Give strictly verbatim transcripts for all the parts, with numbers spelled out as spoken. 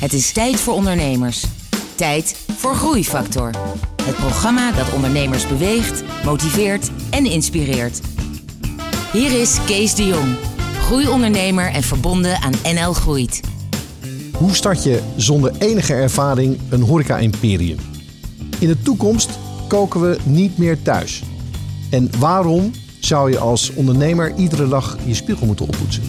Het is tijd voor ondernemers. Tijd voor Groeifactor. Het programma dat ondernemers beweegt, motiveert en inspireert. Hier is Kees de Jong, groeiondernemer en verbonden aan N L Groeit. Hoe start je zonder enige ervaring een horeca-imperium? In de toekomst koken we niet meer thuis. En waarom zou je als ondernemer iedere dag je spiegel moeten oppoetsen?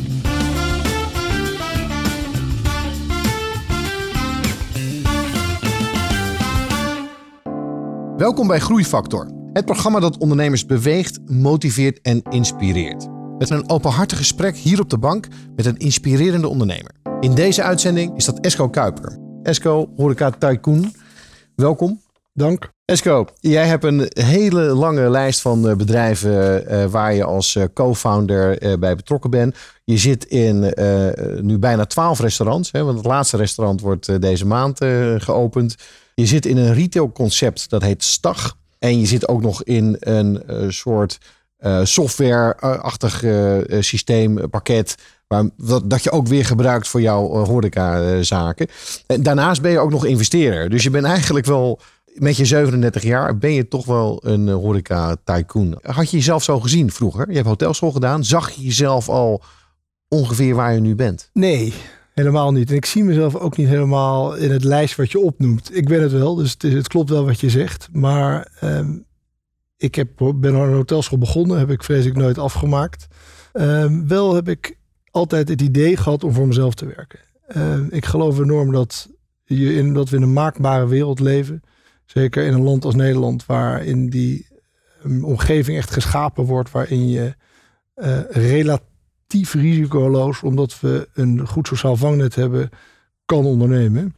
Welkom bij Groeifactor, het programma dat ondernemers beweegt, motiveert en inspireert. Met een openhartig gesprek hier op de bank met een inspirerende ondernemer. In deze uitzending is dat Esko Kuiper. Esko, horeca tycoon, welkom. Dank. Esko, jij hebt een hele lange lijst van bedrijven uh, waar je als uh, co-founder uh, bij betrokken bent. Je zit in uh, nu bijna twaalf restaurants, hè, want het laatste restaurant wordt uh, deze maand uh, geopend. Je zit in een retailconcept dat heet Stag. En je zit ook nog in een uh, soort uh, software-achtig uh, systeem, pakket, waar, dat, dat je ook weer gebruikt voor jouw uh, horeca-zaken. En daarnaast ben je ook nog investeerder. Dus je bent eigenlijk wel, met je zevenendertig jaar, ben je toch wel een uh, horeca-tycoon. Had je jezelf zo gezien vroeger? Je hebt hotelschool gedaan. Zag je jezelf al ongeveer waar je nu bent? Nee, helemaal niet. En ik zie mezelf ook niet helemaal in het lijst wat je opnoemt. Ik ben het wel, dus het, is, het klopt wel wat je zegt. Maar um, ik heb, ben aan een hotelschool begonnen, heb ik vrees ik nooit afgemaakt. Um, wel heb ik altijd het idee gehad om voor mezelf te werken. Um, ik geloof enorm dat, je in, dat we in een maakbare wereld leven. Zeker in een land als Nederland, waarin die um, omgeving echt geschapen wordt, waarin je uh, relatief risicoloos, omdat we een goed sociaal vangnet hebben, kan ondernemen.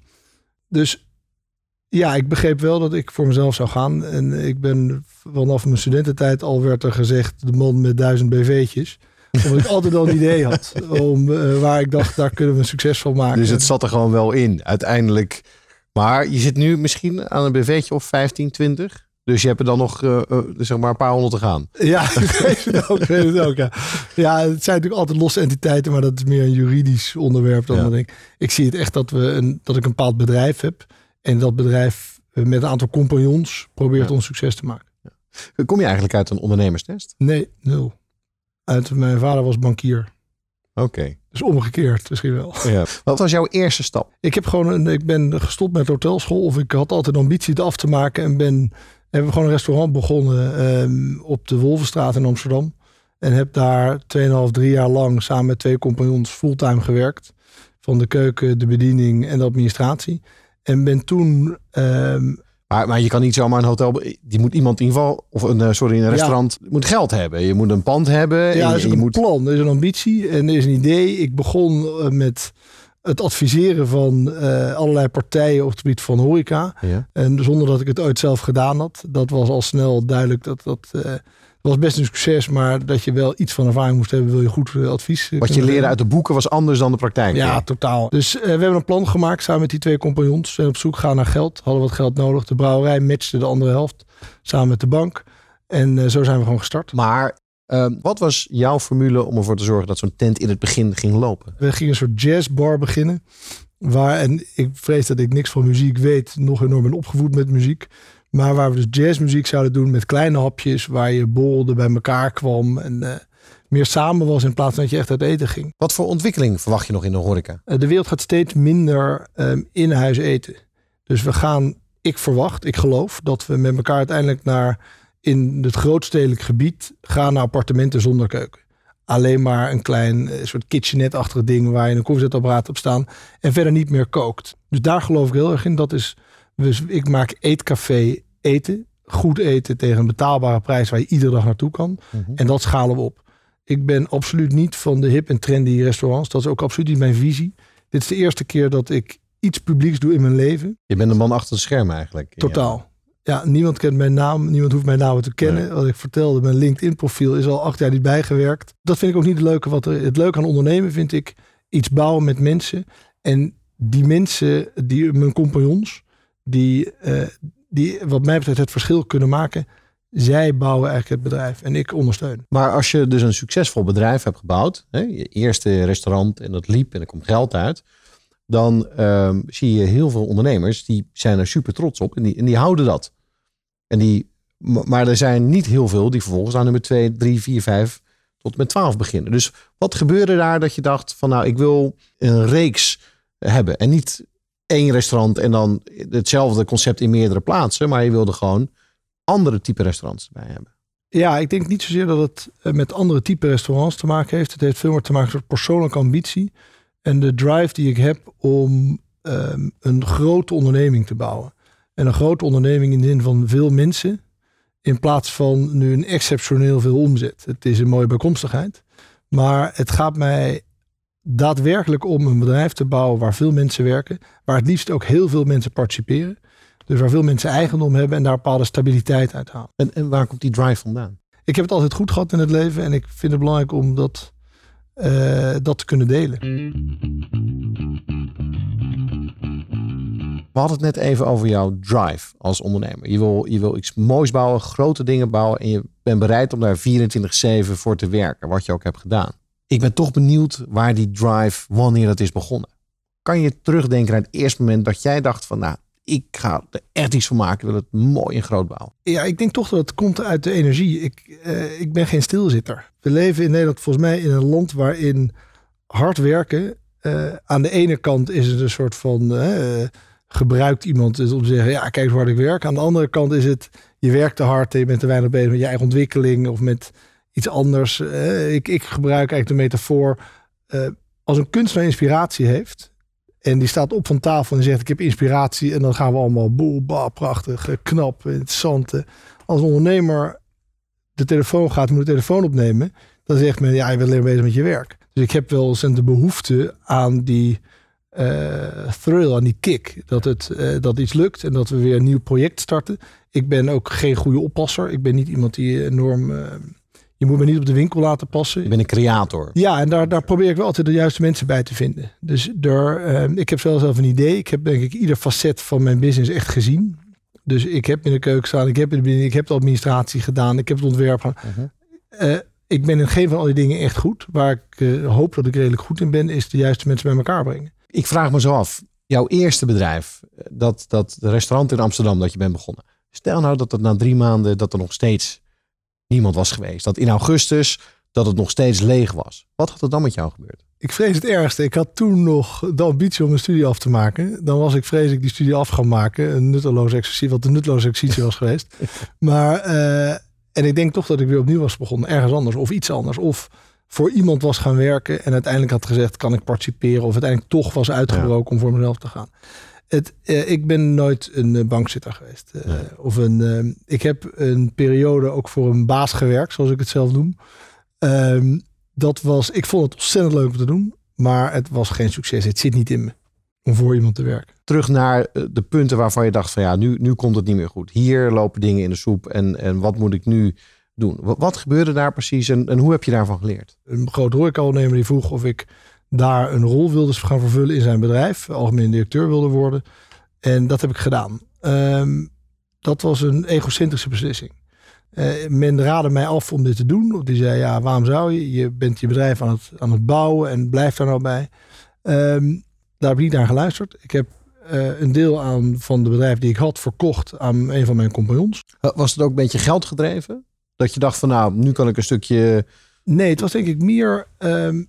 Dus ja, ik begreep wel dat ik voor mezelf zou gaan. En ik ben vanaf mijn studententijd al werd er gezegd, de man met duizend B V'tjes. Omdat ik altijd al een idee had om, uh, waar ik dacht, daar kunnen we een succes van maken. Dus het zat er gewoon wel in, uiteindelijk. Maar je zit nu misschien aan een B V'tje of vijftien, twintig. Dus je hebt er dan nog uh, uh, zeg maar een paar honderd te gaan. Ja, ik weet het ook. Ik weet het ook ja. ja, het zijn natuurlijk altijd losse entiteiten, maar dat is meer een juridisch onderwerp dan. Ja. Ik, ik zie het echt dat, we een, dat ik een bepaald bedrijf heb. En dat bedrijf met een aantal compagnons probeert ja. ons succes te maken. Ja. Kom je eigenlijk uit een ondernemerstest? Nee, nul. Uit, mijn vader was bankier. Oké. Okay. Dus omgekeerd misschien wel. Ja. Wat was jouw eerste stap? Ik heb gewoon een, ik ben gestopt met hotelschool. Of ik had altijd ambitie het af te maken. En ben, hebben gewoon een restaurant begonnen um, op de Wolvenstraat in Amsterdam. En heb daar tweeënhalf, drie jaar lang samen met twee compagnons fulltime gewerkt. Van de keuken, de bediening en de administratie. En ben toen... Um, Maar, maar je kan niet zomaar een hotel... Die moet iemand in ieder geval... Of een, sorry, een restaurant... Ja. moet geld hebben. Je moet een pand hebben. Ja, er is een moet... plan. Er is een ambitie en er is een idee. Ik begon uh, met het adviseren van uh, allerlei partijen op het gebied van horeca. Ja. En zonder dat ik het ooit zelf gedaan had. Dat was al snel duidelijk. Dat dat uh, was best een succes. Maar dat je wel iets van ervaring moest hebben. Wil je goed uh, advies uh, Wat je leerde uit de boeken was anders dan de praktijk. Ja, ja. totaal. Dus uh, we hebben een plan gemaakt samen met die twee compagnons. We zijn op zoek gaan naar geld. Hadden wat geld nodig. De brouwerij matchte de andere helft. Samen met de bank. En uh, zo zijn we gewoon gestart. Maar uh, wat was jouw formule om ervoor te zorgen dat zo'n tent in het begin ging lopen? We gingen een soort jazzbar beginnen. Waar, en ik vrees dat ik niks van muziek weet. Nog enorm ben opgevoed met muziek. Maar waar we dus jazzmuziek zouden doen met kleine hapjes. Waar je borrelde, bij elkaar kwam. En uh, meer samen was in plaats van dat je echt uit eten ging. Wat voor ontwikkeling verwacht je nog in de horeca? Uh, de wereld gaat steeds minder um, in huis eten. Dus we gaan, ik verwacht, ik geloof dat we met elkaar uiteindelijk naar in het grootstedelijk gebied gaan naar appartementen zonder keuken. Alleen maar een klein uh, soort kitchenette-achtig ding waar je een koffiezetapparaat op staan. En verder niet meer kookt. Dus daar geloof ik heel erg in. Dat is, dus ik maak eetcafé eten. Goed eten tegen een betaalbare prijs waar je iedere dag naartoe kan. Mm-hmm. En dat schalen we op. Ik ben absoluut niet van de hip en trendy restaurants. Dat is ook absoluut niet mijn visie. Dit is de eerste keer dat ik iets publieks doe in mijn leven. Je bent een man achter het scherm eigenlijk. Totaal. Ja, niemand kent mijn naam. Niemand hoeft mijn naam te kennen. Nee. Wat ik vertelde, mijn LinkedIn profiel is al acht jaar niet bijgewerkt. Dat vind ik ook niet het leuke. Wat er, het leuke aan ondernemen vind ik iets bouwen met mensen. En die mensen, die, mijn compagnons, die, uh, die wat mij betreft het verschil kunnen maken. Zij bouwen eigenlijk het bedrijf en ik ondersteun. Maar als je dus een succesvol bedrijf hebt gebouwd, hè, je eerste restaurant en dat liep en er komt geld uit. dan um, zie je heel veel ondernemers die zijn er super trots op en die, en die houden dat. En die, maar er zijn niet heel veel die vervolgens aan nummer twee, drie, vier, vijf tot met twaalf beginnen. Dus wat gebeurde daar dat je dacht van nou, ik wil een reeks hebben en niet één restaurant en dan hetzelfde concept in meerdere plaatsen, maar je wilde gewoon andere type restaurants erbij hebben. Ja, ik denk niet zozeer dat het met andere type restaurants te maken heeft. Het heeft veel meer te maken met persoonlijke ambitie en de drive die ik heb om um, een grote onderneming te bouwen. En een grote onderneming in de zin van veel mensen in plaats van nu een exceptioneel veel omzet. Het is een mooie bijkomstigheid, maar het gaat mij daadwerkelijk om een bedrijf te bouwen waar veel mensen werken, waar het liefst ook heel veel mensen participeren. Dus waar veel mensen eigendom hebben en daar bepaalde stabiliteit uit halen. En, en waar komt die drive vandaan? Ik heb het altijd goed gehad in het leven en ik vind het belangrijk om dat, uh, dat te kunnen delen. We hadden het net even over jouw drive als ondernemer. Je wil, je wil iets moois bouwen, grote dingen bouwen en je bent bereid om daar vierentwintig zeven voor te werken, wat je ook hebt gedaan. Ik ben toch benieuwd waar die drive, wanneer dat is begonnen. Kan je terugdenken aan het eerste moment dat jij dacht van nou, ik ga er echt iets van maken, ik wil het mooi en groot bouwen? Ja, ik denk toch dat het komt uit de energie. Ik, uh, ik ben geen stilzitter. We leven in Nederland volgens mij in een land waarin hard werken. Uh, aan de ene kant is het een soort van uh, gebruikt iemand om te zeggen, ja, kijk eens hoe hard ik werk. Aan de andere kant is het, je werkt te hard en je bent te weinig bezig met je eigen ontwikkeling of met iets anders. Uh, ik, ik gebruik eigenlijk de metafoor. Uh, als een kunstenaar inspiratie heeft en die staat op van tafel en zegt ik heb inspiratie en dan gaan we allemaal boel, bah, prachtig, knap, interessant. Als een ondernemer de telefoon gaat, moet de telefoon opnemen, dan zegt men ja, je bent alleen bezig met je werk. Dus ik heb wel eens de behoefte aan die uh, thrill, aan die kick. Dat, het, uh, dat iets lukt en dat we weer een nieuw project starten. Ik ben ook geen goede oppasser. Ik ben niet iemand die enorm... Uh, je moet me niet op de winkel laten passen. Je bent een creator. Ja, en daar, daar probeer ik wel altijd de juiste mensen bij te vinden. Dus daar, uh, ik heb zelfs zelf een idee. Ik heb denk ik ieder facet van mijn business echt gezien. Dus ik heb in de keuken staan, ik heb in de bediening, ik heb de administratie gedaan, ik heb het ontwerp gedaan. Uh-huh. Uh, ik ben in geen van al die dingen echt goed. Waar ik uh, hoop dat ik redelijk goed in ben, is de juiste mensen bij elkaar brengen. Ik vraag me zo af, jouw eerste bedrijf, dat, dat de restaurant in Amsterdam dat je bent begonnen. Stel nou dat het na drie maanden dat er nog steeds niemand was geweest. Dat in augustus dat het nog steeds leeg was. Wat had er dan met jou gebeurd? Ik vrees het ergste. Ik had toen nog de ambitie om een studie af te maken. Dan was ik vrees ik die studie af gaan maken. Een nutteloze exercitie, wat een nutteloze exercitie was geweest. Maar, uh, en ik denk toch dat ik weer opnieuw was begonnen. Ergens anders of iets anders. Of voor iemand was gaan werken en uiteindelijk had gezegd, kan ik participeren? Of uiteindelijk toch was uitgebroken ja. om voor mezelf te gaan. Het, uh, ik ben nooit een uh, bankzitter geweest. Uh, nee. Of een, uh, ik heb een periode ook voor een baas gewerkt, zoals ik het zelf noem. Um, dat was, ik vond het ontzettend leuk om te doen, maar het was geen succes. Het zit niet in me om voor iemand te werken. Terug naar de punten waarvan je dacht van ja, nu, nu komt het niet meer goed. Hier lopen dingen in de soep en, en wat moet ik nu doen? Wat, wat gebeurde daar precies en, en hoe heb je daarvan geleerd? Een groot horecaondernemer die vroeg of ik daar een rol wilde gaan vervullen in zijn bedrijf. Algemeen directeur wilde worden. En dat heb ik gedaan. Um, dat was een egocentrische beslissing. Uh, men raadde mij af om dit te doen. Die zei, ja, waarom zou je? Je bent je bedrijf aan het, aan het bouwen en blijf daar nou bij. Um, daar heb ik niet naar geluisterd. Ik heb uh, een deel aan van de bedrijf die ik had verkocht aan een van mijn compagnons. Was het ook een beetje geld gedreven? Dat je dacht van nou, nu kan ik een stukje... Nee, het was denk ik meer... Um,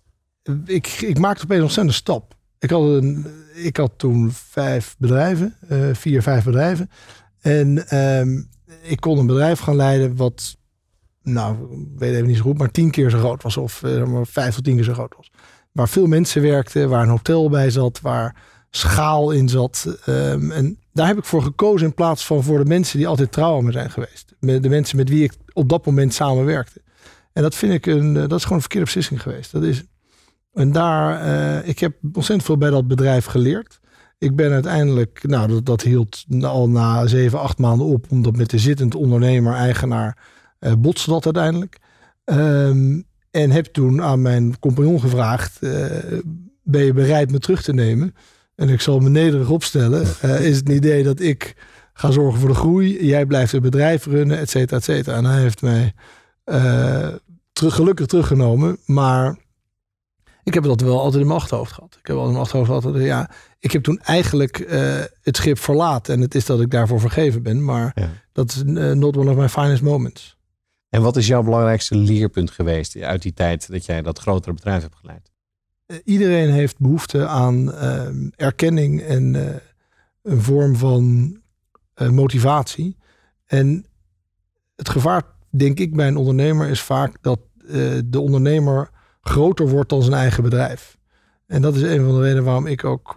ik, ik maakte opeens een ontzettende stap. Ik had, een, ik had toen vijf bedrijven. Uh, vier, vijf bedrijven. En... Um, ik kon een bedrijf gaan leiden wat, nou, ik weet even niet zo goed, maar tien keer zo groot was. Of uh, maar vijf tot tien keer zo groot was. Waar veel mensen werkten, waar een hotel bij zat, waar schaal in zat. Um, en daar heb ik voor gekozen in plaats van voor de mensen die altijd trouw aan me zijn geweest. Met de mensen met wie ik op dat moment samenwerkte. En dat vind ik een, uh, dat is gewoon een verkeerde beslissing geweest. Dat is, en daar, uh, ik heb ontzettend veel bij dat bedrijf geleerd. Ik ben uiteindelijk, nou dat, dat hield al na zeven, acht maanden op. Omdat met de zittend ondernemer, eigenaar, uh, botste dat uiteindelijk. Um, en heb toen aan mijn compagnon gevraagd, uh, ben je bereid me terug te nemen? En ik zal me nederig opstellen. Uh, is het een idee dat ik ga zorgen voor de groei? Jij blijft het bedrijf runnen, et cetera, et cetera. En hij heeft mij uh, terug, gelukkig teruggenomen. Maar Ik heb dat wel altijd in mijn achterhoofd gehad. Ik heb altijd in mijn achterhoofd gehad. Dat, ja, ik heb toen eigenlijk uh, het schip verlaten. En het is dat ik daarvoor vergeven ben. Maar ja. dat is uh, not one of my finest moments. En wat is jouw belangrijkste leerpunt geweest uit die tijd dat jij dat grotere bedrijf hebt geleid? Uh, iedereen heeft behoefte aan uh, erkenning en uh, een vorm van uh, motivatie. En het gevaar, denk ik, bij een ondernemer is vaak dat uh, de ondernemer groter wordt dan zijn eigen bedrijf. En dat is een van de redenen waarom ik ook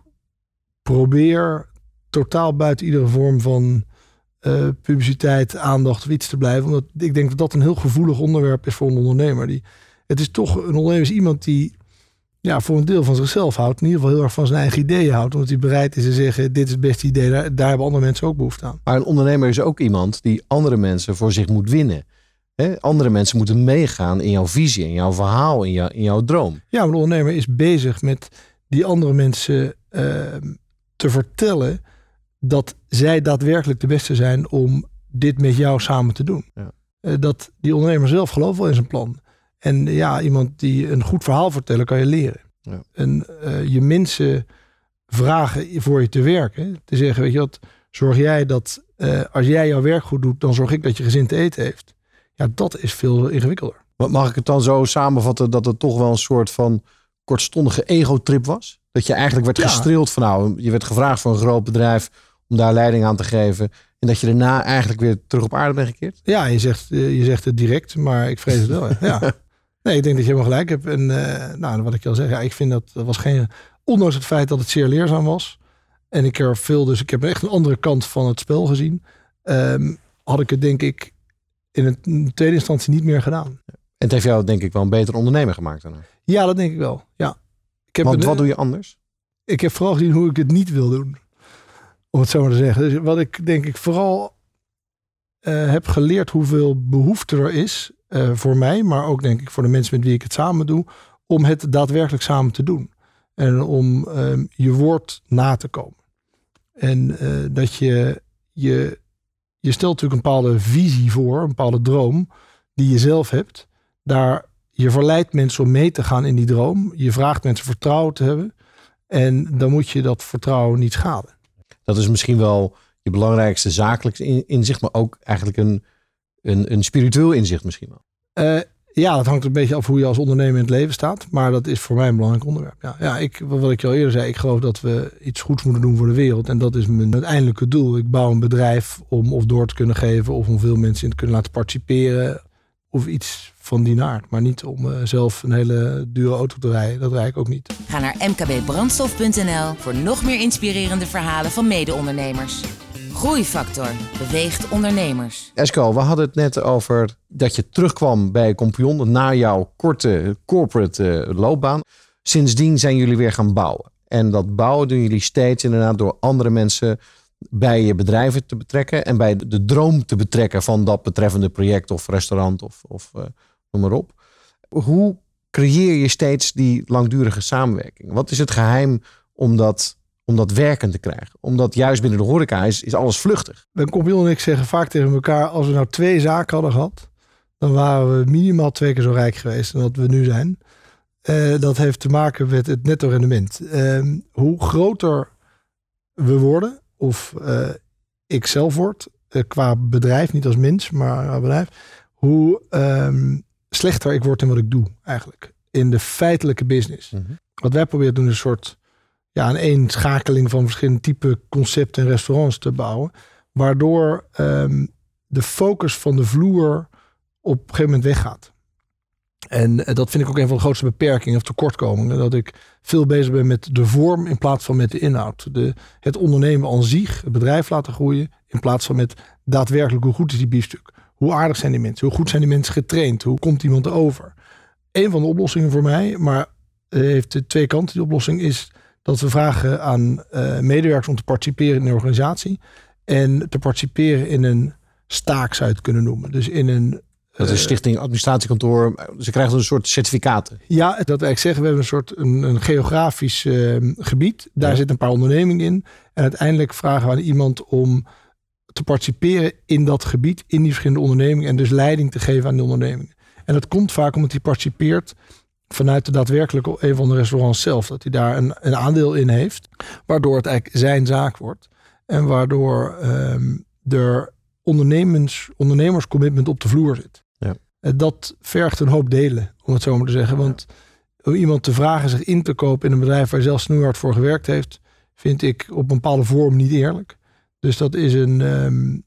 probeer totaal buiten iedere vorm van uh, publiciteit, aandacht of iets te blijven. Omdat ik denk dat dat een heel gevoelig onderwerp is voor een ondernemer. Die, het is toch, een ondernemer is iemand die ja, voor een deel van zichzelf houdt. In ieder geval heel erg van zijn eigen ideeën houdt. Omdat hij bereid is te zeggen, dit is het beste idee. Daar, daar hebben andere mensen ook behoefte aan. Maar een ondernemer is ook iemand die andere mensen voor zich moet winnen. He, andere mensen moeten meegaan in jouw visie, in jouw verhaal, in, jou, in jouw droom. Ja, maar de ondernemer is bezig met die andere mensen uh, te vertellen dat zij daadwerkelijk de beste zijn om dit met jou samen te doen. Ja. Uh, dat die ondernemer zelf gelooft wel in zijn plan. En ja, iemand die een goed verhaal vertellen kan je leren. Ja. En uh, je mensen vragen voor je te werken. Te zeggen, weet je wat, zorg jij dat uh, als jij jouw werk goed doet, dan zorg ik dat je gezin te eten heeft. Ja, dat is veel ingewikkelder. Mag ik het dan zo samenvatten dat het toch wel een soort van kortstondige ego-trip was? Dat je eigenlijk werd ja. gestreeld van nou, je werd gevraagd voor een groot bedrijf om daar leiding aan te geven. En dat je daarna eigenlijk weer terug op aarde bent gekeerd? Ja, je zegt, je zegt het direct, maar ik vrees het wel. Ja. Nee, ik denk dat je helemaal gelijk hebt. En uh, nou, wat ik al zeg, ja, ik vind dat, dat was geen... Ondanks het feit dat het zeer leerzaam was. En ik er veel, dus ik heb echt een andere kant van het spel gezien. Um, had ik het denk ik in een tweede instantie niet meer gedaan. En het heeft jou denk ik wel een beter ondernemer gemaakt dan? Ja, dat denk ik wel. Ja. Ik heb Want een, wat doe je anders? Ik heb vooral gezien hoe ik het niet wil doen. Om het zo maar te zeggen. Dus wat ik denk ik vooral uh, heb geleerd hoeveel behoefte er is uh, voor mij. Maar ook denk ik voor de mensen met wie ik het samen doe. Om het daadwerkelijk samen te doen. En om uh, je woord na te komen. En uh, dat je je... Je stelt natuurlijk een bepaalde visie voor, een bepaalde droom die je zelf hebt. Daar, je verleidt mensen om mee te gaan in die droom. Je vraagt mensen vertrouwen te hebben. En dan moet je dat vertrouwen niet schaden. Dat is misschien wel je belangrijkste zakelijke inzicht, maar ook eigenlijk een, een, een spiritueel inzicht misschien wel. Uh, ja, dat hangt een beetje af hoe je als ondernemer in het leven staat. Maar dat is voor mij een belangrijk onderwerp. Ja, ja ik, wat ik al eerder zei, ik geloof dat we iets goeds moeten doen voor de wereld. En dat is mijn uiteindelijke doel. Ik bouw een bedrijf om of door te kunnen geven of om veel mensen in te kunnen laten participeren. Of iets van die aard. Maar niet om uh, zelf een hele dure auto te rijden. Dat rijd ik ook niet. Ga naar m k b brandstof punt n l voor nog meer inspirerende verhalen van mede-ondernemers. Groeifactor beweegt ondernemers. Esko, we hadden het net over dat je terugkwam bij Compion na jouw korte corporate uh, loopbaan. Sindsdien zijn jullie weer gaan bouwen. En dat bouwen doen jullie steeds inderdaad door andere mensen bij je bedrijven te betrekken en bij de droom te betrekken van dat betreffende project of restaurant of, of uh, noem maar op. Hoe creëer je steeds die langdurige samenwerking? Wat is het geheim om dat, om dat werkend te krijgen? Omdat juist binnen de horeca is, is alles vluchtig. Ben Compion en ik zeggen vaak tegen elkaar, als we nou twee zaken hadden gehad, dan waren we minimaal twee keer zo rijk geweest dan dat we nu zijn. Uh, dat heeft te maken met het netto rendement. Uh, hoe groter we worden, of uh, ik zelf word, uh, qua bedrijf, niet als mens, maar als bedrijf, hoe um, slechter ik word in wat ik doe eigenlijk. In de feitelijke business. Mm-hmm. Wat wij proberen te doen is een soort ja, een eenschakeling van verschillende type concepten en restaurants te bouwen. Waardoor um, de focus van de vloer op een gegeven moment weggaat. En dat vind ik ook een van de grootste beperkingen of tekortkomingen. Dat ik veel bezig ben met de vorm in plaats van met de inhoud. De, het ondernemen aan zich, het bedrijf laten groeien. In plaats van met daadwerkelijk hoe goed is die biefstuk. Hoe aardig zijn die mensen? Hoe goed zijn die mensen getraind? Hoe komt iemand over? Een van de oplossingen voor mij, maar uh, heeft de twee kanten. Die oplossing is dat we vragen aan uh, medewerkers om te participeren in een organisatie. En te participeren in een staak zou je het kunnen noemen. Dus in een Dat is stichting, administratiekantoor. Ze krijgen een soort certificaten. Ja, dat wil ik zeggen. We hebben een soort een, een geografisch uh, gebied. Daar ja. zitten een paar ondernemingen in. En uiteindelijk vragen we aan iemand om te participeren in dat gebied. In die verschillende ondernemingen. En dus leiding te geven aan die ondernemingen. En dat komt vaak omdat hij participeert vanuit de daadwerkelijk een van de restaurants zelf, dat hij daar een, een aandeel in heeft, waardoor het eigenlijk zijn zaak wordt en waardoor um, er ondernemers, ondernemerscommitment op de vloer zit. Ja. Dat vergt een hoop delen, om het zo maar te zeggen. Want om iemand te vragen zich in te kopen in een bedrijf waar hij zelf snoeihard voor gewerkt heeft, vind ik op een bepaalde vorm niet eerlijk. Dus dat is een, um,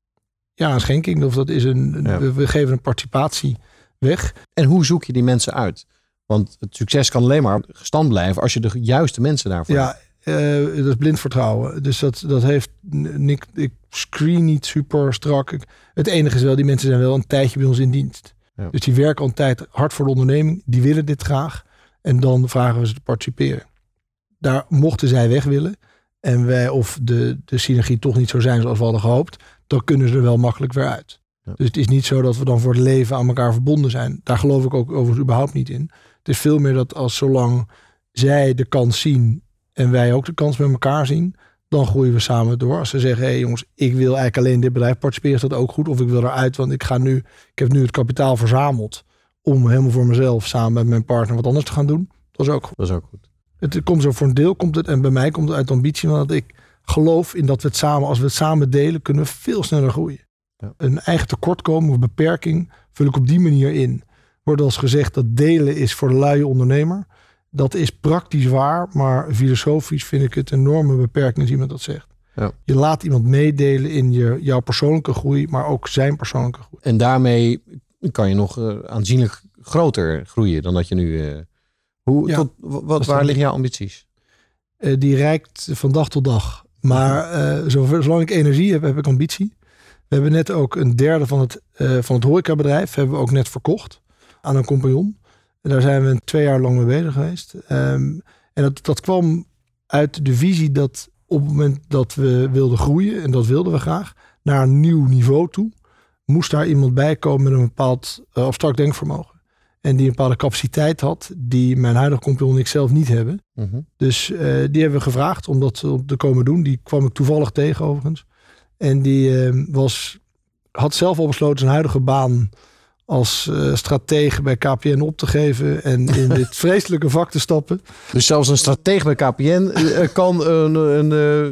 ja, een schenking, of dat is een, ja. we, we geven een participatie weg. En hoe zoek je die mensen uit? Want het succes kan alleen maar gestand blijven als je de juiste mensen daarvoor ja, hebt. Uh, dat is blind vertrouwen. Dus dat, dat heeft ik, ik screen niet super strak. Ik, het enige is wel, die mensen zijn wel een tijdje bij ons in dienst. Ja. Dus die werken al een tijd hard voor de onderneming. Die willen dit graag. En dan vragen we ze te participeren. Daar mochten zij weg willen. En wij of de, de synergie toch niet zo zijn zoals we hadden gehoopt. Dan kunnen ze er wel makkelijk weer uit. Ja. Dus het is niet zo dat we dan voor het leven aan elkaar verbonden zijn. Daar geloof ik ook overigens überhaupt niet in. Het is veel meer dat als zolang zij de kans zien en wij ook de kans met elkaar zien, dan groeien we samen door. Als ze zeggen, hé hey jongens, ik wil eigenlijk alleen dit bedrijf participeren, is dat ook goed. Of ik wil eruit, want ik ga nu, ik heb nu het kapitaal verzameld om helemaal voor mezelf samen met mijn partner wat anders te gaan doen. Dat is ook goed. Dat is ook goed. Het komt zo voor een deel, komt het, en bij mij komt het uit ambitie, want ik geloof in dat we het samen, als we het samen delen, kunnen we veel sneller groeien. Ja. Een eigen tekortkomen of beperking vul ik op die manier in. Wordt als gezegd dat delen is voor de luie ondernemer. Dat is praktisch waar, maar filosofisch vind ik het een enorme beperking als iemand dat zegt. Ja. Je laat iemand meedelen in je, jouw persoonlijke groei, maar ook zijn persoonlijke groei. En daarmee kan je nog uh, aanzienlijk groter groeien dan dat je nu... Uh, hoe, ja, tot, wat, waar liggen jouw ambities? Uh, die reikt van dag tot dag. Maar uh, zolang ik energie heb, heb ik ambitie. We hebben net ook een derde van het, uh, van het horecabedrijf hebben we ook net verkocht aan een compagnon. En daar zijn we twee jaar lang mee bezig geweest. Um, en dat, dat kwam uit de visie dat op het moment dat we wilden groeien, en dat wilden we graag, naar een nieuw niveau toe, moest daar iemand bij komen met een bepaald uh, abstract denkvermogen. En die een bepaalde capaciteit had, die mijn huidige compagnon en ik zelf niet hebben. Mm-hmm. Dus uh, die hebben we gevraagd om dat te komen doen. Die kwam ik toevallig tegen overigens. En die uh, was, had zelf al besloten zijn huidige baan als uh, stratege bij K P N op te geven en in dit vreselijke vak te stappen. Dus zelfs een stratege bij K P N uh, kan een, een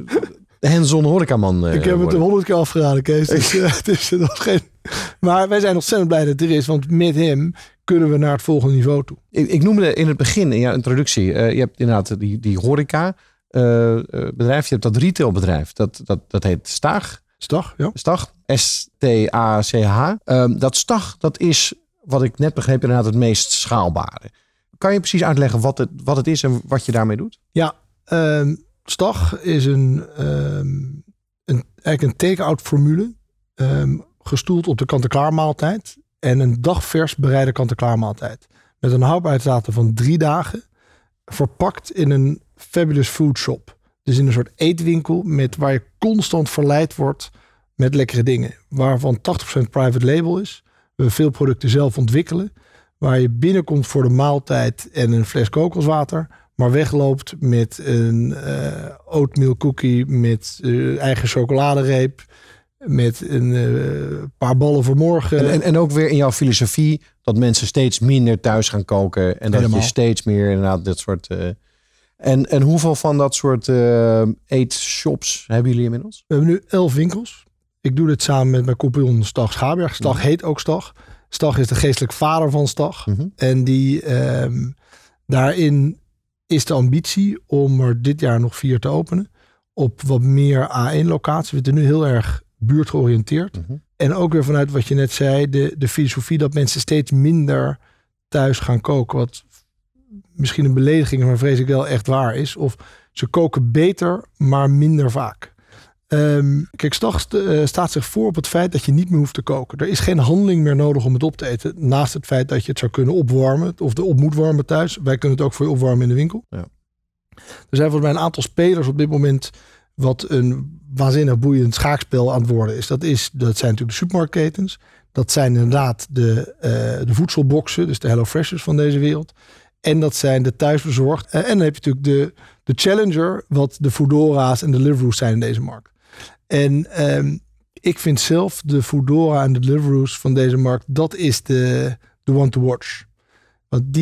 uh, hands-on horecaman uh, Ik heb het een honderd keer afgeraden, Kees. Dus, uh, het is nog geen... Maar wij zijn ontzettend blij dat het er is, want met hem kunnen we naar het volgende niveau toe. Ik, ik noemde in het begin in jouw introductie, uh, je hebt inderdaad die, die horeca uh, bedrijf, je hebt dat retailbedrijf, dat, dat, dat heet Stag. Stag, ja. Stag, S T A C H. Um, dat Stag, dat is, wat ik net begreep, inderdaad het meest schaalbare. Kan je precies uitleggen wat het, wat het is en wat je daarmee doet? Ja, um, Stag is een, um, een, eigenlijk een take-out formule, um, gestoeld op de kant-en-klaar maaltijd en een dagvers bereide kant-en-klaar maaltijd. Met een houdbaarheidsdatum van drie dagen, verpakt in een fabulous food shop. Dus in een soort eetwinkel met waar je constant verleid wordt met lekkere dingen. Waarvan tachtig procent private label is. We veel producten zelf ontwikkelen. Waar je binnenkomt voor de maaltijd en een fles kokoswater. Maar wegloopt met een uh, oatmeal cookie met uh, eigen chocoladereep. Met een uh, paar ballen voor morgen. En, en, en ook weer in jouw filosofie dat mensen steeds minder thuis gaan koken. En dat Helemaal. je steeds meer inderdaad dit soort... Uh, En, en hoeveel van dat soort uh, eetshops hebben jullie inmiddels? We hebben nu elf winkels. Ik doe dit samen met mijn compagnon Stag Schaberg. Stag mm-hmm. heet ook Stag. Stag is de geestelijk vader van Stag. Mm-hmm. En die, um, daarin is de ambitie om er dit jaar nog vier te openen. Op wat meer A één locaties. We zitten nu heel erg buurtgeoriënteerd. Mm-hmm. En ook weer vanuit wat je net zei. De, de filosofie dat mensen steeds minder thuis gaan koken. Wat misschien een belediging, maar vrees ik wel echt waar is. Of ze koken beter, maar minder vaak. Um, kijk, Stag st- uh, staat zich voor op het feit dat je niet meer hoeft te koken. Er is geen handeling meer nodig om het op te eten. Naast het feit dat je het zou kunnen opwarmen. Of de op moet warmen thuis. Wij kunnen het ook voor je opwarmen in de winkel. Ja. Er zijn volgens mij een aantal spelers op dit moment wat een waanzinnig boeiend schaakspel aan het worden is. Dat, is, dat zijn natuurlijk de supermarktketens. Dat zijn inderdaad de, uh, de voedselboxen. Dus de HelloFreshers van deze wereld. En dat zijn de thuisbezorgd. En dan heb je natuurlijk de, de challenger, wat de Foodora's en de Deliveroo's zijn in deze markt. En um, ik vind zelf de Foodora en de Deliveroo's van deze markt, dat is de, de one to watch. Want die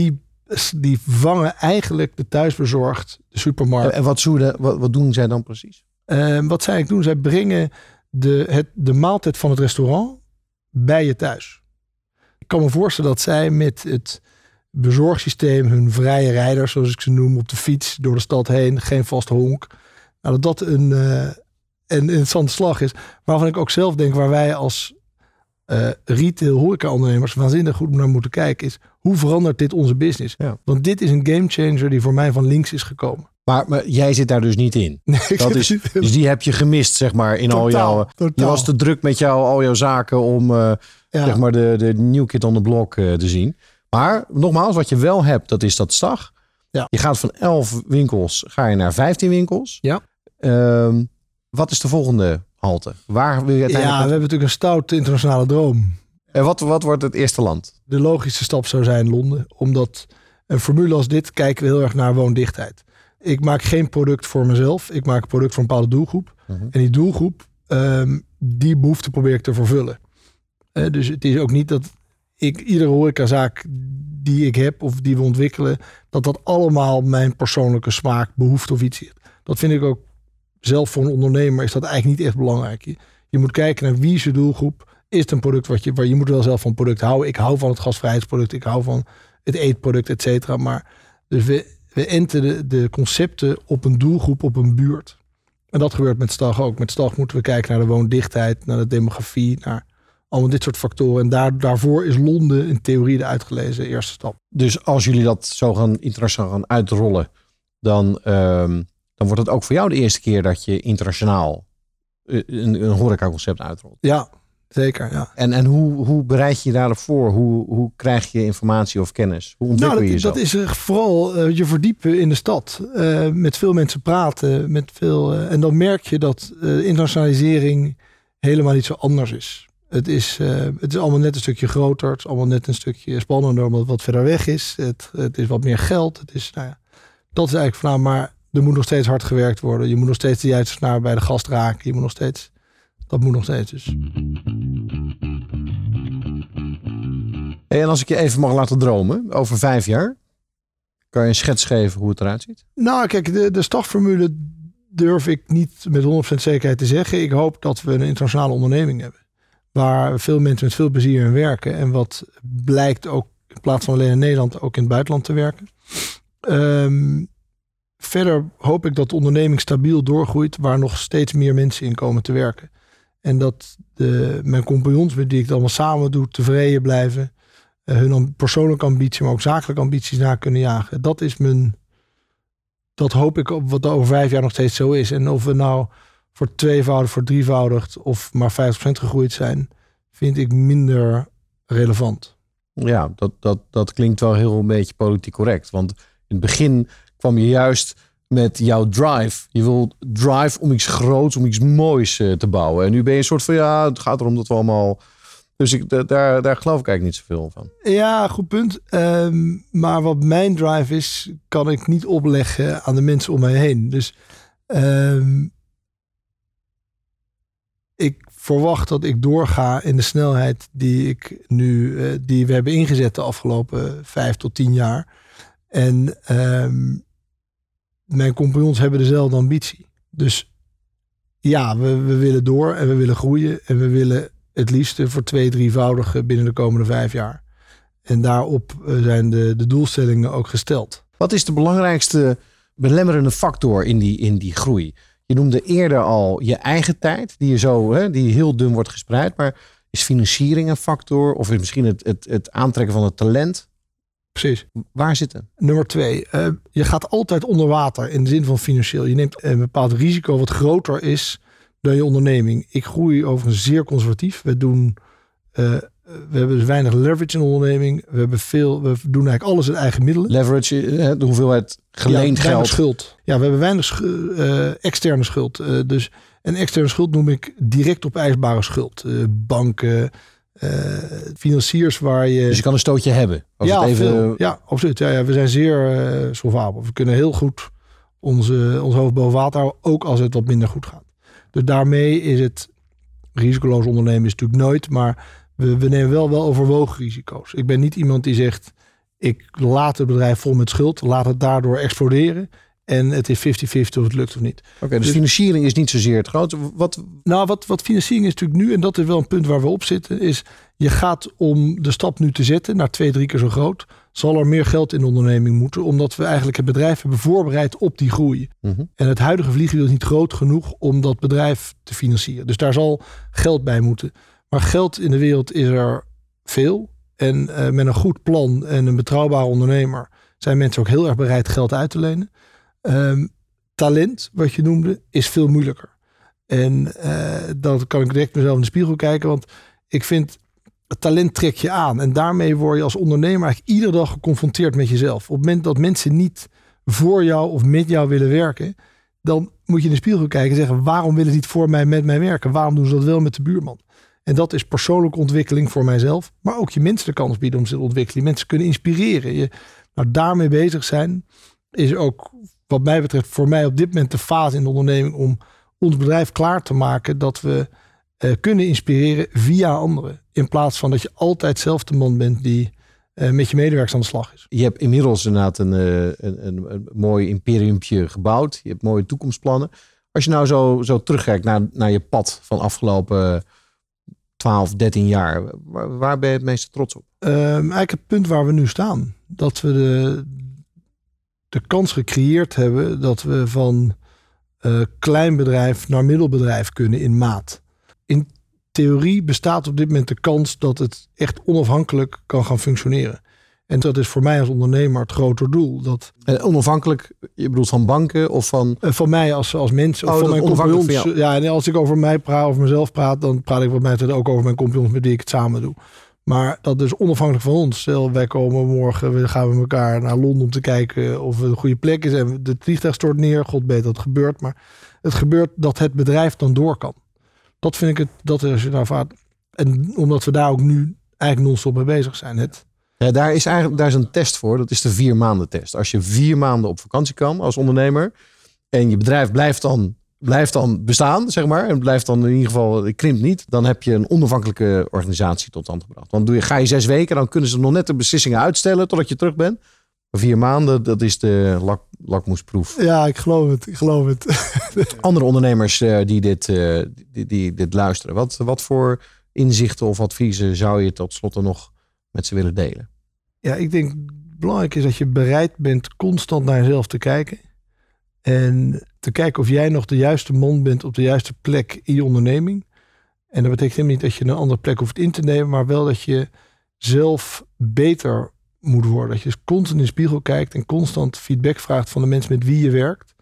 die vangen eigenlijk de thuisbezorgd de supermarkt. En wat, zouden, wat, wat doen zij dan precies? Uh, wat zij doen, zij brengen de, het, de maaltijd van het restaurant bij je thuis. Ik kan me voorstellen dat zij met het bezorgsysteem hun vrije rijders, zoals ik ze noem, op de fiets door de stad heen, geen vast honk. Nou, dat dat een, uh, een interessante slag is. Waarvan ik ook zelf denk, waar wij als uh, retail horeca-ondernemers waanzinnig goed naar moeten kijken, is hoe verandert dit onze business? Ja. Want dit is een gamechanger die voor mij van links is gekomen. Maar, maar jij zit daar dus niet in. Nee, ik dat is, niet in. Dus die heb je gemist, zeg maar, in Totaal, al jouw... totaal. Je was te druk met jou, al jouw zaken om uh, ja. zeg maar de, de new kid on the block uh, te zien. Maar nogmaals, wat je wel hebt, dat is dat stag. Ja. Je gaat van elf winkels, ga je naar vijftien winkels. Ja. Um, wat is de volgende halte? Waar wil je uiteindelijk... Ja, we hebben natuurlijk een stoute internationale droom. En wat, wat wordt het eerste land? De logische stap zou zijn Londen. Omdat een formule als dit kijken we heel erg naar woondichtheid. Ik maak geen product voor mezelf. Ik maak een product voor een bepaalde doelgroep. Uh-huh. En die doelgroep, um, die behoefte probeer ik te vervullen. Uh, dus het is ook niet dat ik iedere horecazaak die ik heb of die we ontwikkelen, dat dat allemaal mijn persoonlijke smaak, behoefte of iets is. Dat vind ik ook zelf voor een ondernemer is dat eigenlijk niet echt belangrijk. Je, je moet kijken naar wie is je doelgroep. Is het een product wat je, waar je moet wel zelf van product houden. Ik hou van het gastvrijheidsproduct. Ik hou van het eetproduct, et cetera. Maar dus we, we enten de, de concepten op een doelgroep, op een buurt. En dat gebeurt met Stag ook. Met Stag moeten we kijken naar de woondichtheid, naar de demografie, naar allemaal dit soort factoren. En daar, daarvoor is Londen in theorie de uitgelezen eerste stap. Dus als jullie dat zo gaan internationaal gaan uitrollen, dan, um, dan wordt het ook voor jou de eerste keer dat je internationaal een, een horecaconcept uitrolt. Ja, zeker. Ja. En, en hoe, hoe bereid je je daarop voor? Hoe, hoe krijg je informatie of kennis? Hoe ontwikkel nou, je dat, jezelf? Dat is vooral uh, je verdiepen in de stad. Uh, met veel mensen praten. Met veel, uh, en dan merk je dat uh, internationalisering helemaal niet zo anders is. Het is, uh, het is allemaal net een stukje groter. Het is allemaal net een stukje spannender omdat het wat verder weg is. Het, het is wat meer geld. Het is, nou ja, dat is eigenlijk van, maar er moet nog steeds hard gewerkt worden. Je moet nog steeds de juiste snaar bij de gast raken. Je moet nog steeds, dat moet nog steeds dus. Hey, en als ik je even mag laten dromen, over vijf jaar, kan je een schets geven hoe het eruit ziet? Nou, kijk, de, de stagformule durf ik niet met honderd procent zekerheid te zeggen. Ik hoop dat we een internationale onderneming hebben. Waar veel mensen met veel plezier in werken. En wat blijkt ook in plaats van alleen in Nederland ook in het buitenland te werken. Um, verder hoop ik dat de onderneming stabiel doorgroeit. Waar nog steeds meer mensen in komen te werken. En dat de, mijn compagnons met die ik het allemaal samen doe tevreden blijven. Uh, hun persoonlijke ambitie, maar ook zakelijke ambities na kunnen jagen. Dat is mijn... Dat hoop ik wat over vijf jaar nog steeds zo is. En of we nou voor tweevoudig, voor drievoudig of maar vijftig procent gegroeid zijn, vind ik minder relevant. Ja, dat, dat, dat klinkt wel heel een beetje politiek correct. Want in het begin kwam je juist met jouw drive. Je wil drive om iets groots, om iets moois uh, te bouwen. En nu ben je een soort van, ja, het gaat erom dat we allemaal... Dus ik, d- daar, daar geloof ik eigenlijk niet zoveel van. Ja, goed punt. Um, maar wat mijn drive is, kan ik niet opleggen aan de mensen om mij heen. Dus um, ik verwacht dat ik doorga in de snelheid die ik nu, uh, die we hebben ingezet de afgelopen vijf tot tien jaar. En um, mijn compagnons hebben dezelfde ambitie. Dus ja, we, we willen door en we willen groeien en we willen het liefste voor twee, drievoudige binnen de komende vijf jaar. En daarop zijn de, de doelstellingen ook gesteld. Wat is de belangrijkste belemmerende factor in die, in die groei? Je noemde eerder al je eigen tijd, die, je zo, hè, die heel dun wordt gespreid. Maar is financiering een factor? Of is misschien het, het, het aantrekken van het talent? Precies. Waar zit het? Nummer twee. Uh, je gaat altijd onder water in de zin van financieel. Je neemt een bepaald risico wat groter is dan je onderneming. Ik groei overigens zeer conservatief. We doen, uh, we hebben dus weinig leverage in de onderneming. We hebben veel, we doen eigenlijk alles in eigen middelen. Leverage, de hoeveelheid geleend ja, geld. Schuld. Ja, we hebben weinig sch- uh, externe schuld. Uh, dus en externe schuld noem ik direct opeisbare schuld. Uh, banken, uh, financiers waar je... Dus je kan een stootje hebben. Als ja, het even... veel, ja, absoluut. Ja, ja, we zijn zeer uh, solvabel. We kunnen heel goed onze, ons hoofd boven water houden, ook als het wat minder goed gaat. Dus daarmee is het risicoloos ondernemen is natuurlijk nooit, maar we, we nemen wel wel overwogen risico's. Ik ben niet iemand die zegt, Ik laat het bedrijf vol met schuld, laat het daardoor exploderen. En het is vijftig vijftig of het lukt of niet. Oké, okay, dus, dus financiering is niet zozeer het grote. Wat... Nou, wat, wat financiering is natuurlijk nu, en dat is wel een punt waar we op zitten, is je gaat om de stap nu te zetten naar twee, drie keer zo groot, zal er meer geld in de onderneming moeten, omdat we eigenlijk het bedrijf hebben voorbereid op die groei. Uh-huh. En het huidige vliegwiel is niet groot genoeg om dat bedrijf te financieren. Dus daar zal geld bij moeten. Maar geld in de wereld is er veel. En uh, met een goed plan en een betrouwbare ondernemer zijn mensen ook heel erg bereid geld uit te lenen. Um, talent, wat je noemde, is veel moeilijker. En uh, dat kan ik direct mezelf in de spiegel kijken. Want ik vind, talent trek je aan. En daarmee word je als ondernemer eigenlijk iedere dag geconfronteerd met jezelf. Op het moment dat mensen niet voor jou of met jou willen werken, dan moet je in de spiegel kijken en zeggen, waarom willen ze niet voor mij, met mij werken? Waarom doen ze dat wel met de buurman? En dat is persoonlijke ontwikkeling voor mijzelf. Maar ook je mensen de kans bieden om ze te ontwikkelen. Mensen kunnen inspireren. Je, nou, daarmee bezig zijn is ook, wat mij betreft, voor mij op dit moment de fase in de onderneming om ons bedrijf klaar te maken dat we uh, kunnen inspireren via anderen. In plaats van dat je altijd zelf de man bent die uh, met je medewerkers aan de slag is. Je hebt inmiddels inderdaad een, een, een, een mooi imperiumpje gebouwd. Je hebt mooie toekomstplannen. Als je nou zo, zo terugkijkt naar, naar je pad van afgelopen twaalf, dertien jaar. Waar, waar ben je het meest trots op? Um, eigenlijk het punt waar we nu staan. Dat we de, de kans gecreëerd hebben dat we van uh, klein bedrijf naar middelbedrijf kunnen in maat. In theorie bestaat op dit moment de kans dat het echt onafhankelijk kan gaan functioneren. En dat is voor mij als ondernemer het groter doel. Dat, en onafhankelijk, je bedoelt van banken of van... Uh, van mij als, als mens. Of oh, van mijn compagnons. Ja, en als ik over mij praat, over mezelf praat, dan praat ik wat mij ook over mijn compagnons met wie ik het samen doe. Maar dat is onafhankelijk van ons. Stel, wij komen morgen, we gaan met elkaar naar Londen om te kijken of het een goede plek is. En de vliegtuig stort neer. God weet dat het gebeurt. Maar het gebeurt dat het bedrijf dan door kan. Dat vind ik het, dat is nou vaak. En omdat we daar ook nu eigenlijk non-stop mee bezig zijn. Het, Ja, daar is eigenlijk daar is een test voor. Dat is de vier maanden test. Als je vier maanden op vakantie kan als ondernemer en je bedrijf blijft dan, blijft dan bestaan, zeg maar, en blijft dan in ieder geval, het krimpt niet, dan heb je een onafhankelijke organisatie tot stand gebracht. Want doe je, ga je zes weken, dan kunnen ze nog net de beslissingen uitstellen totdat je terug bent. Maar vier maanden, dat is de lak, lakmoesproef. Ja, ik geloof het. Ik geloof het. Andere ondernemers uh, die, dit, uh, die, die dit luisteren, wat, wat voor inzichten of adviezen zou je tot slot nog met ze willen delen? Ja, ik denk belangrijk is dat je bereid bent constant naar jezelf te kijken. En te kijken of jij nog de juiste man bent op de juiste plek in je onderneming. En dat betekent helemaal niet dat je een andere plek hoeft in te nemen, maar wel dat je zelf beter moet worden. Dat je constant in de spiegel kijkt en constant feedback vraagt van de mensen met wie je werkt.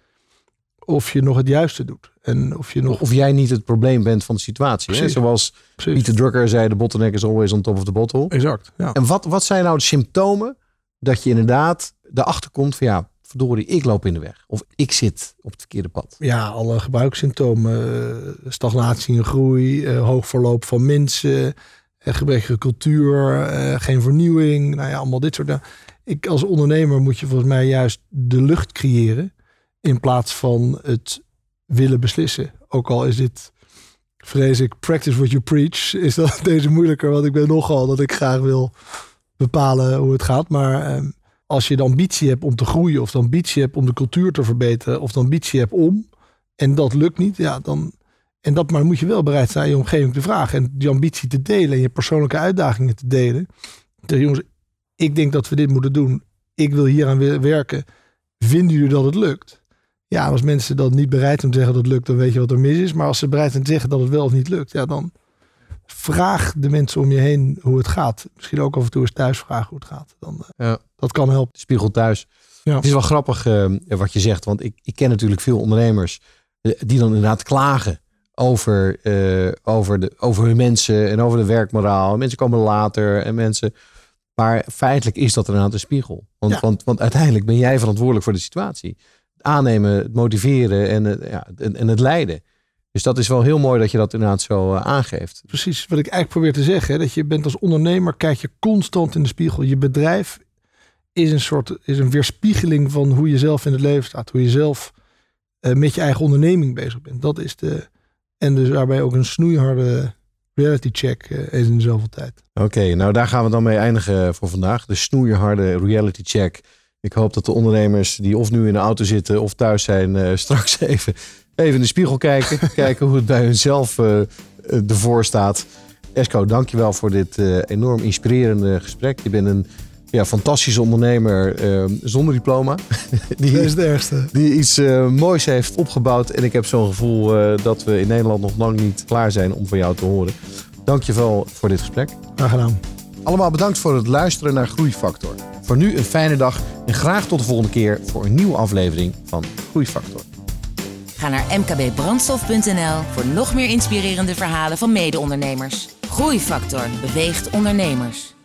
Of je nog het juiste doet. En of, je nog... of jij niet het probleem bent van de situatie. Hè? Zoals Precies. Peter Drucker zei, de bottleneck is always on top of the bottle. Exact. Ja. En wat, wat zijn nou de symptomen dat je inderdaad erachter komt van ja, verdorie, ik loop in de weg. Of ik zit op het verkeerde pad. Ja, alle gebruikssymptomen. Stagnatie in groei, uh, hoog verloop van mensen, uh, gebrekkige cultuur, uh, geen vernieuwing. Nou ja, allemaal dit soort dingen. Ik als ondernemer moet je volgens mij juist de lucht creëren in plaats van het willen beslissen. Ook al is dit, vrees ik, practice what you preach, is dat deze moeilijker. Want ik ben nogal dat ik graag wil bepalen hoe het gaat. Maar eh, als je de ambitie hebt om te groeien, of de ambitie hebt om de cultuur te verbeteren, of de ambitie hebt om, en dat lukt niet, ja, dan, en dat maar moet je wel bereid zijn je omgeving te vragen. En die ambitie te delen en je persoonlijke uitdagingen te delen. Dus jongens, ik denk dat we dit moeten doen. Ik wil hier aan werken. Vinden jullie dat het lukt? Ja, als mensen dan niet bereid zijn te zeggen dat het lukt, dan weet je wat er mis is. Maar als ze bereid zijn te zeggen dat het wel of niet lukt, ja, dan vraag de mensen om je heen hoe het gaat. Misschien ook af en toe eens thuis vragen hoe het gaat. Dan, ja. Dat kan helpen. Spiegel thuis. Ja. Het is wel grappig uh, wat je zegt, want ik, ik ken natuurlijk veel ondernemers uh, die dan inderdaad klagen over, uh, over, de, over hun mensen en over de werkmoraal. Mensen komen later en mensen... Maar feitelijk is dat inderdaad een spiegel. Want, ja. want, want uiteindelijk ben jij verantwoordelijk voor de situatie. Het aannemen, het motiveren en het, ja, en, en het leiden. Dus dat is wel heel mooi dat je dat inderdaad zo uh, aangeeft. Precies, wat ik eigenlijk probeer te zeggen. Hè, dat je bent als ondernemer, kijk je constant in de spiegel. Je bedrijf is een soort is een weerspiegeling van hoe je zelf in het leven staat. Hoe je zelf uh, met je eigen onderneming bezig bent. Dat is de... En dus daarbij ook een snoeiharde reality check uh, eens in zoveel tijd. Oké, okay, nou daar gaan we dan mee eindigen voor vandaag. De snoeierharde reality check. Ik hoop dat de ondernemers die of nu in de auto zitten of thuis zijn, uh, straks even, even in de spiegel kijken. kijken hoe het bij hunzelf uh, ervoor staat. Esko, dankjewel voor dit uh, enorm inspirerende gesprek. Je bent een ja, fantastische ondernemer uh, zonder diploma. die, dat is het ergste. Die iets uh, moois heeft opgebouwd. En ik heb zo'n gevoel uh, dat we in Nederland nog lang niet klaar zijn om van jou te horen. Dankjewel voor dit gesprek. Graag gedaan. Allemaal bedankt voor het luisteren naar Groeifactor. Voor nu een fijne dag en graag tot de volgende keer voor een nieuwe aflevering van Groeifactor. Ga naar m k b brandstof punt n l voor nog meer inspirerende verhalen van mede-ondernemers. Groeifactor beweegt ondernemers.